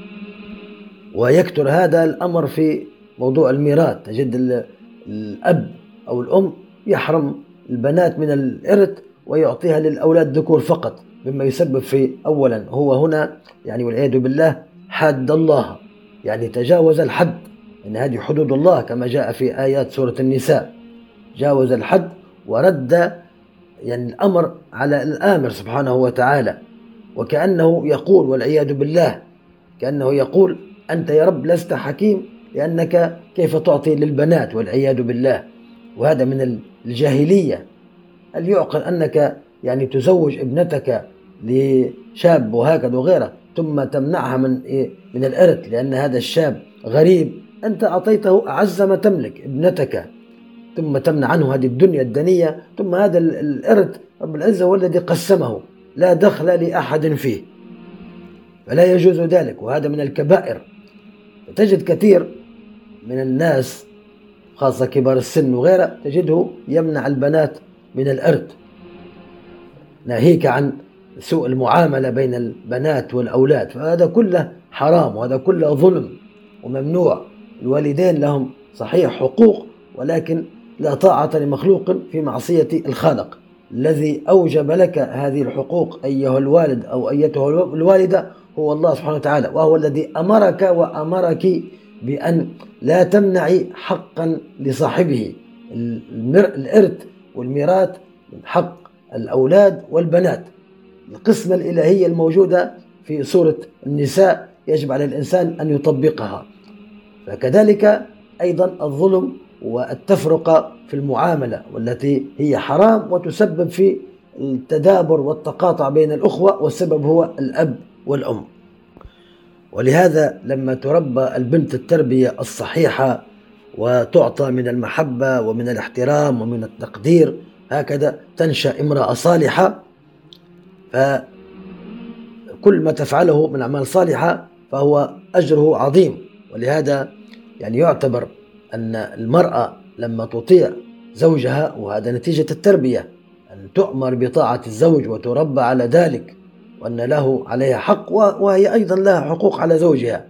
[SPEAKER 2] ويكثر هذا الأمر في موضوع الميراث، تجد الأب أو الأم يحرم البنات من الإرث ويعطيها للأولاد ذكور فقط، مما يسبب في أولا هو هنا يعني والعياذ بالله حد الله، يعني تجاوز الحد، إن هذه حدود الله كما جاء في آيات سورة النساء، جاوز الحد ورد يعني الأمر على الآمر سبحانه وتعالى، وكأنه يقول والعياذ بالله، كأنه يقول: أنت يا رب لست حكيم لأنك كيف تعطي للبنات، والعياذ بالله. وهذا من الجاهلية. هل يعقل أنك يعني تزوج ابنتك لشاب وهكذا وغيره ثم تمنعها من الإرث لأن هذا الشاب غريب؟ أنت أعطيته أعز ما تملك، ابنتك، ثم تمنع عنه هذه الدنيا الدنية، ثم هذا الإرث رب العزة هو الذي قسمه، لا دخل لأحد فيه، فلا يجوز ذلك، وهذا من الكبائر. تجد كثير من الناس خاصة كبار السن وغيره تجده يمنع البنات من الإرث، ناهيك عن سوء المعاملة بين البنات والأولاد، فهذا كله حرام وهذا كله ظلم وممنوع. الوالدين لهم صحيح حقوق، ولكن لا طاعة لمخلوق في معصية الخالق. الذي أوجب لك هذه الحقوق أيها الوالد أو أيتها الوالدة هو الله سبحانه وتعالى، وهو الذي أمرك وأمرك بأن لا تمنعي حقا لصاحبه. الإرث والميراث من حق الأولاد والبنات، القسمة الإلهية الموجودة في سورة النساء يجب على الإنسان أن يطبقها. فكذلك أيضا الظلم والتفرقة في المعاملة، والتي هي حرام وتسبب في التدابر والتقاطع بين الأخوة، والسبب هو الأب والأم. ولهذا لما تربى البنت التربية الصحيحة وتعطى من المحبة ومن الاحترام ومن التقدير، هكذا تنشأ امرأة صالحة، فكل ما تفعله من أعمال صالحة فهو أجره عظيم. ولهذا يعني يعتبر أن المرأة لما تطيع زوجها، وهذا نتيجة التربية، أن تؤمر بطاعة الزوج وتربى على ذلك، وأن له عليها حق وهي أيضا لها حقوق على زوجها،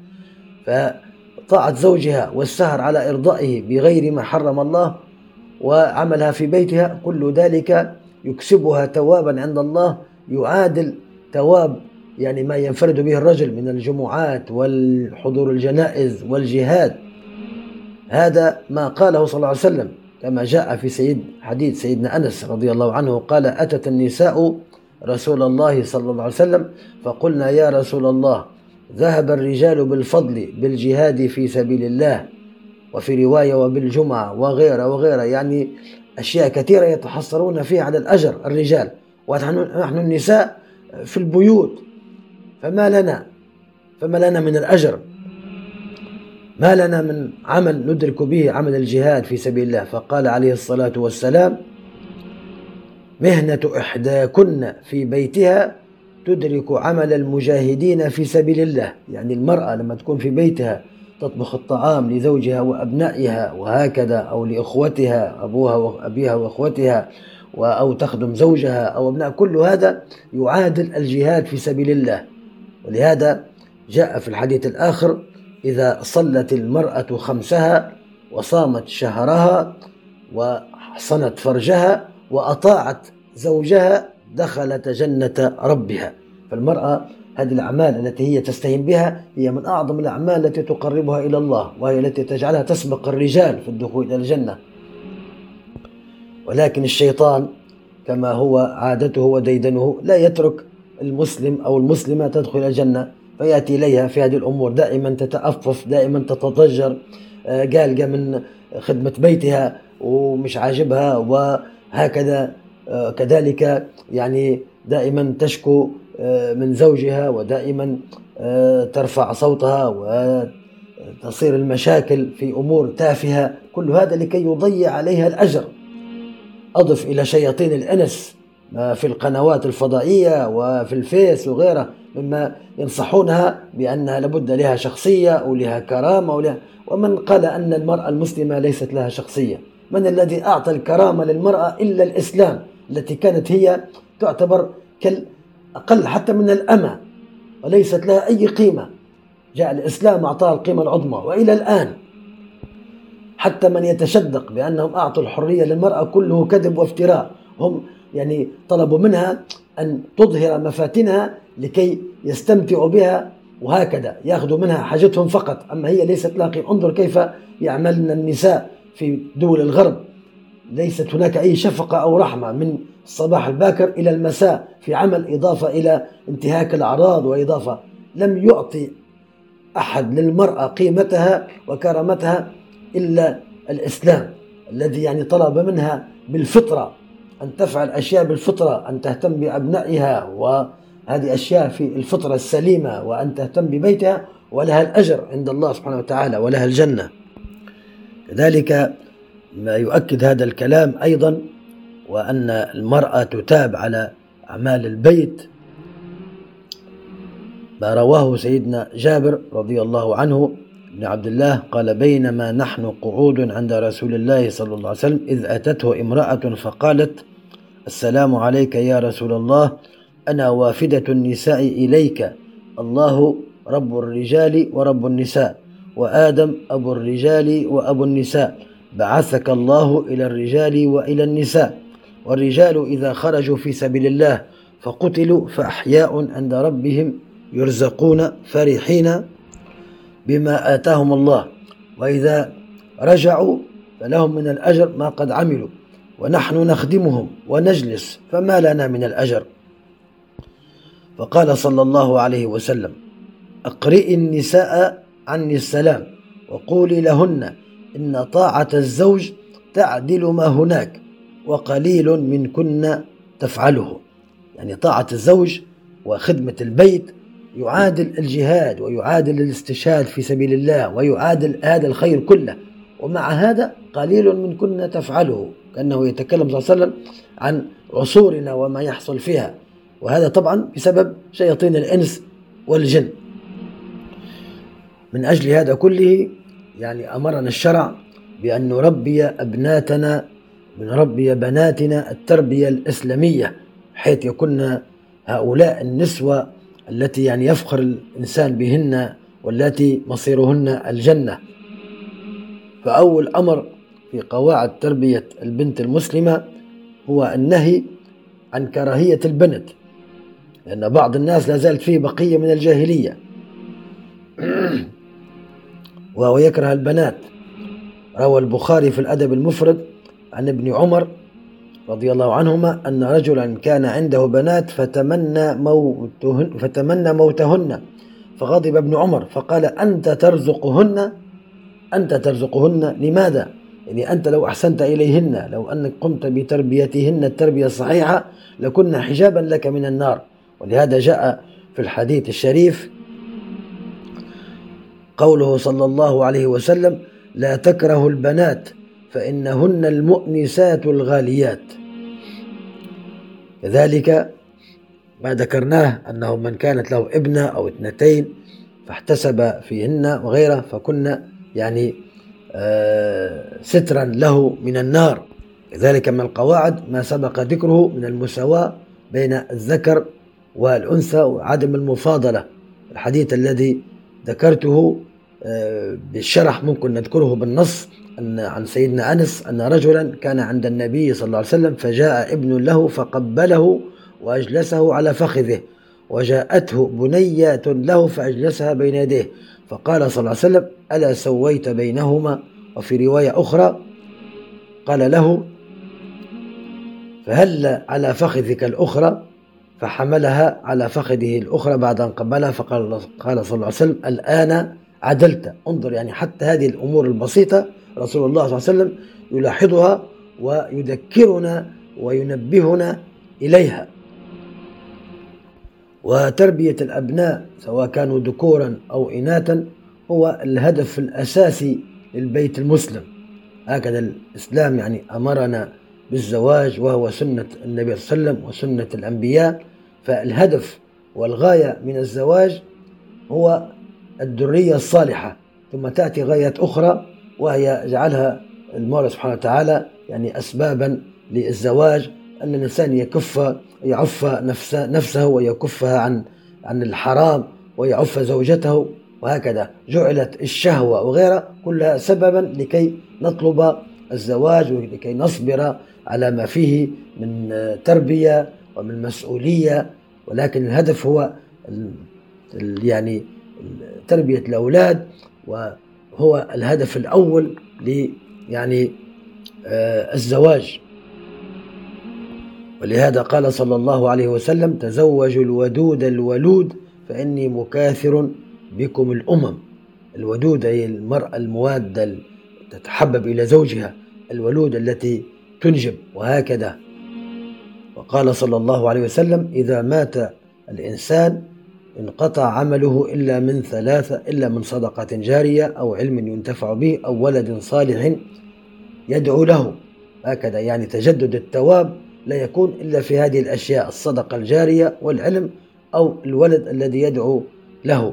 [SPEAKER 2] فطاعة زوجها والسهر على إرضائه بغير ما حرم الله وعملها في بيتها، كل ذلك يكسبها ثوابا عند الله يعادل ثواب يعني ما ينفرد به الرجل من الجمعات والحضور الجنائز والجهاد. هذا ما قاله صلى الله عليه وسلم كما جاء في حديث سيدنا أنس رضي الله عنه قال: أتت النساء رسول الله صلى الله عليه وسلم فقلنا: يا رسول الله، ذهب الرجال بالفضل بالجهاد في سبيل الله، وفي رواية وبالجمعة وغيره، يعني أشياء كثيرة يتحصرون فيها على الأجر الرجال، ونحن النساء في البيوت، فما لنا من الأجر، ما لنا من عمل ندرك به عمل الجهاد في سبيل الله. فقال عليه الصلاة والسلام: مهنة إحداكن في بيتها تدرك عمل المجاهدين في سبيل الله. يعني المرأة لما تكون في بيتها تطبخ الطعام لزوجها وأبنائها وهكذا، أو لإخوتها أبيها وأخوتها، أو تخدم زوجها أو أبناء، كل هذا يعادل الجهاد في سبيل الله. ولهذا جاء في الحديث الآخر: إذا صلت المرأة خمسها وصامت شهرها وحصنت فرجها وأطاعت زوجها دخلت جنة ربها. فالمرأة هذه الأعمال التي هي تستهين بها هي من أعظم الأعمال التي تقربها إلى الله، وهي التي تجعلها تسبق الرجال في الدخول إلى الجنة. ولكن الشيطان كما هو عادته وديدنه لا يترك المسلم أو المسلمة تدخل الجنة، فيأتي إليها في هذه الأمور، دائما تتأفف، دائما تتضجر، قالقة من خدمة بيتها ومش عاجبها، وهكذا كذلك يعني دائما تشكو من زوجها، ودائما ترفع صوتها وتصير المشاكل في أمور تافهة، كل هذا لكي يضيع عليها الأجر. أضف إلى شياطين الإنس في القنوات الفضائية وفي الفيس وغيره مما ينصحونها بأنها لابد لها شخصية أو لها كرامة ومن قال أن المرأة المسلمة ليست لها شخصية؟ من الذي أعطى الكرامة للمرأة إلا الإسلام، التي كانت هي تعتبر أقل حتى من الأمة وليست لها أي قيمة. جاء الإسلام أعطاها القيمة العظمى، وإلى الآن حتى من يتشدق بأنهم أعطوا الحرية للمرأة كله كذب وافتراء. هم يعني طلبوا منها أن تظهر مفاتنها لكي يستمتعوا بها، وهكذا يأخذوا منها حاجتهم فقط، أما هي ليست لها قيمة. انظر كيف يعملن النساء في دول الغرب، ليست هناك أي شفقة أو رحمة من الصباح الباكر إلى المساء في عمل، إضافة إلى انتهاك الأعراض، وإضافة لم يعطي أحد للمرأة قيمتها وكرامتها إلا الإسلام، الذي يعني طلب منها بالفطرة أن تفعل أشياء بالفطرة، أن تهتم بأبنائها، وهذه أشياء في الفطرة السليمة، وأن تهتم ببيتها، ولها الأجر عند الله سبحانه وتعالى ولها الجنة. كذلك ما يؤكد هذا الكلام أيضا، وأن المرأة تتاب على أعمال البيت، ما رواه سيدنا جابر رضي الله عنه بن عبد الله قال: بينما نحن قعود عند رسول الله صلى الله عليه وسلم إذ أتته امرأة فقالت: السلام عليك يا رسول الله، أنا وافدة النساء إليك، الله رب الرجال ورب النساء، وآدم أبو الرجال وأبو النساء، بعثك الله إلى الرجال وإلى النساء، والرجال إذا خرجوا في سبيل الله فقتلوا فأحياء عند ربهم يرزقون فرحين بما آتاهم الله، وإذا رجعوا فلهم من الأجر ما قد عملوا، ونحن نخدمهم ونجلس فما لنا من الأجر. فقال صلى الله عليه وسلم: أقرئ النساء عني السلام، وقولي لهن إن طاعة الزوج تعدل ما هناك، وقليل منكن تفعله. يعني طاعة الزوج وخدمة البيت يعادل الجهاد، ويعادل الاستشهاد في سبيل الله، ويعادل هذا الخير كله، ومع هذا قليل منكن تفعله، كأنه يتكلم صلى الله عليه وسلم عن عصورنا وما يحصل فيها، وهذا طبعا بسبب شياطين الإنس والجن. من أجل هذا كله يعني أمرنا الشرع بأن نربي أبناتنا، ونربي بناتنا التربية الإسلامية، حيث يكون هؤلاء النسوة التي يعني يفخر الإنسان بهن، والتي مصيرهن الجنة. فأول أمر في قواعد تربية البنت المسلمة هو النهي عن كراهية البنت، لأن بعض الناس لا زالت فيه بقية من الجاهلية وهو يكره البنات، روى البخاري في الأدب المفرد عن ابن عمر رضي الله عنهما أن رجلا كان عنده بنات فتمنى موتهن، فغضب ابن عمر فقال: أنت ترزقهن لماذا؟ يعني أنت لو أحسنت إليهن، لو أنك قمت بتربيتهن التربية الصحيحة لكن حجابا لك من النار. ولهذا جاء في الحديث الشريف قوله صلى الله عليه وسلم: لا تكرهوا البنات فإنهن المؤنسات الغاليات. كذلك ما ذكرناه أنه من كانت له ابنة أو اثنتين فاحتسب فيهن وغيره فكن يعني سترا له من النار. كذلك من القواعد ما سبق ذكره من المساواة بين الذكر والأنثى وعدم المفاضلة. الحديث الذي ذكرته بالشرح ممكن نذكره بالنص عن سيدنا أنس أن رجلا كان عند النبي صلى الله عليه وسلم فجاء ابن له فقبله وأجلسه على فخذه، وجاءته بنية له فأجلسها بين يديه، فقال صلى الله عليه وسلم: ألا سويت بينهما؟ وفي رواية أخرى قال له: فهل على فخذك الأخرى؟ فحملها على فخذه الأخرى بعد أن قبلها، قال صلى الله عليه وسلم: الآن عدلت. انظر، يعني حتى هذه الأمور البسيطة رسول الله صلى الله عليه وسلم يلاحظها ويذكرنا وينبهنا إليها. وتربية الأبناء سواء كانوا ذكورا أو إناثا هو الهدف الأساسي للبيت المسلم. هكذا الإسلام يعني أمرنا بالزواج، وهو سنة النبي صلى الله عليه وسلم وسنة الأنبياء. فالهدف والغاية من الزواج هو الذرية الصالحة، ثم تأتي غاية أخرى وهي جعلها المولى سبحانه وتعالى يعني أسبابا للزواج، أن الإنسان يعف نفسه ويكفها عن الحرام ويعف زوجته، وهكذا جعلت الشهوة وغيرها كلها سببا لكي نطلب الزواج ولكي نصبر على ما فيه من تربية ومن مسؤولية. ولكن الهدف هو يعني تربية الأولاد، وهو الهدف الأول يعني الزواج. ولهذا قال صلى الله عليه وسلم: تزوجوا الودود الولود فإني مكاثر بكم الأمم. الودود هي المرأة الموادة تتحبب إلى زوجها، الولود التي تنجب، وهكذا. وقال صلى الله عليه وسلم: إذا مات الإنسان انقطع عمله إلا من ثلاثة: إلا من صدقة جارية أو علم ينتفع به أو ولد صالح يدعو له. هكذا يعني تجدد الثواب لا يكون إلا في هذه الأشياء: الصدقة الجارية والعلم أو الولد الذي يدعو له.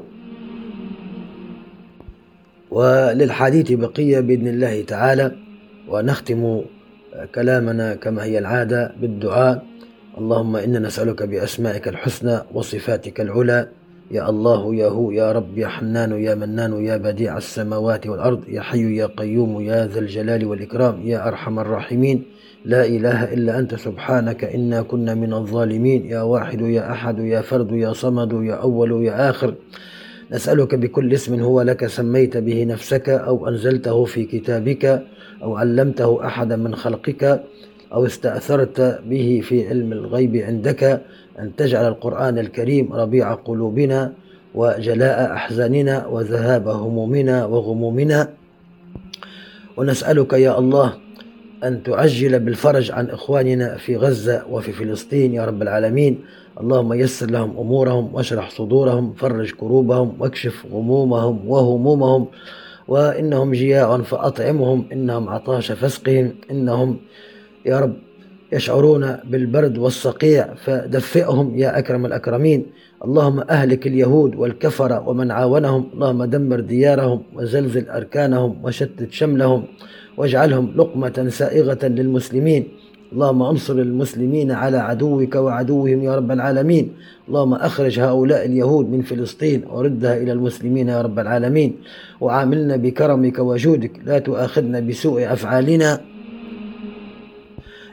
[SPEAKER 2] وللحديث بقية بإذن الله تعالى، ونختم كلامنا كما هي العادة بالدعاء. اللهم إنا نسألك بأسمائك الحسنى وصفاتك العلى، يا الله يا هو يا رب يا حنان يا منان يا بديع السماوات والأرض يا حي يا قيوم يا ذا الجلال والإكرام يا أرحم الراحمين، لا إله إلا أنت سبحانك إنا كنا من الظالمين، يا واحد يا أحد يا فرد يا صمد يا أول يا آخر. نسألك بكل اسم هو لك سميت به نفسك أو أنزلته في كتابك أو علمته أحدا من خلقك أو استأثرت به في علم الغيب عندك أن تجعل القرآن الكريم ربيع قلوبنا وجلاء أحزاننا وذهاب همومنا وغمومنا. ونسألك يا الله أن تعجل بالفرج عن إخواننا في غزة وفي فلسطين يا رب العالمين. اللهم يسر لهم أمورهم واشرح صدورهم، فرج كروبهم واكشف غمومهم وهمومهم، وإنهم جياع فأطعمهم، إنهم عطاش فاسقهم، إنهم يا رب يشعرون بالبرد والصقيع فدفئهم يا أكرم الأكرمين. اللهم أهلك اليهود والكفر ومن عاونهم، اللهم دمر ديارهم وزلزل أركانهم وشتت شملهم واجعلهم لقمة سائغة للمسلمين. اللهم انصر المسلمين على عدوك وعدوهم يا رب العالمين. اللهم أخرج هؤلاء اليهود من فلسطين وردها إلى المسلمين يا رب العالمين، وعاملنا بكرمك وجودك، لا تؤاخذنا بسوء أفعالنا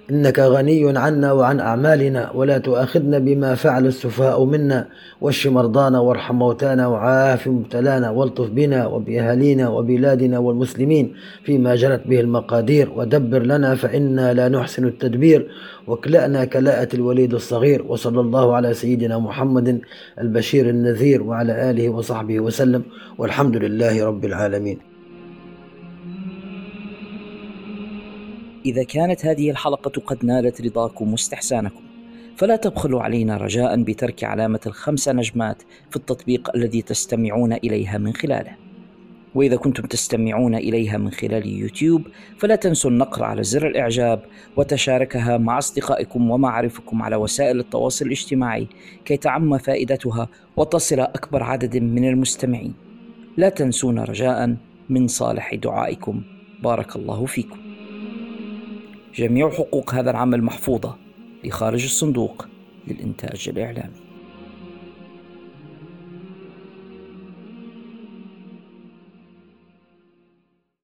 [SPEAKER 2] إنك غني عنا وعن أعمالنا، ولا تؤاخذنا بما فعل السفهاء منا، واشف مرضانا وارحم موتانا وعاف مبتلانا، والطف بنا وبأهالينا وبلادنا والمسلمين فيما جرت به المقادير، ودبر لنا فإنا لا نحسن التدبير، واكلأنا كلاءة الوليد الصغير. وصلى الله على سيدنا محمد البشير النذير وعلى آله وصحبه وسلم، والحمد لله رب العالمين.
[SPEAKER 1] إذا كانت هذه الحلقة قد نالت رضاكم واستحسانكم، فلا تبخلوا علينا رجاء بترك علامة ال5 نجمات في التطبيق الذي تستمعون إليها من خلاله. وإذا كنتم تستمعون إليها من خلال يوتيوب، فلا تنسوا النقر على زر الإعجاب وتشاركها مع أصدقائكم ومعارفكم على وسائل التواصل الاجتماعي كي تعم فائدتها وتصل أكبر عدد من المستمعين. لا تنسونا رجاء من صالح دعائكم. بارك الله فيكم. جميع حقوق هذا العمل محفوظة لخارج الصندوق للإنتاج الإعلامي.